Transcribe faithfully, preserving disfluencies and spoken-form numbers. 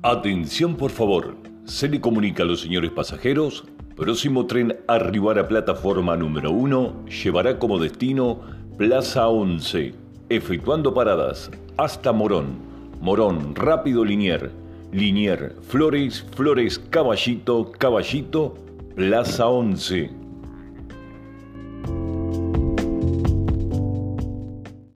Atención por favor, se le comunica a los señores pasajeros, próximo tren a arribar a plataforma número uno llevará como destino Plaza once, efectuando paradas hasta Morón, Morón, Rápido Linier, Linier, Flores, Flores, Caballito, Caballito, Plaza once.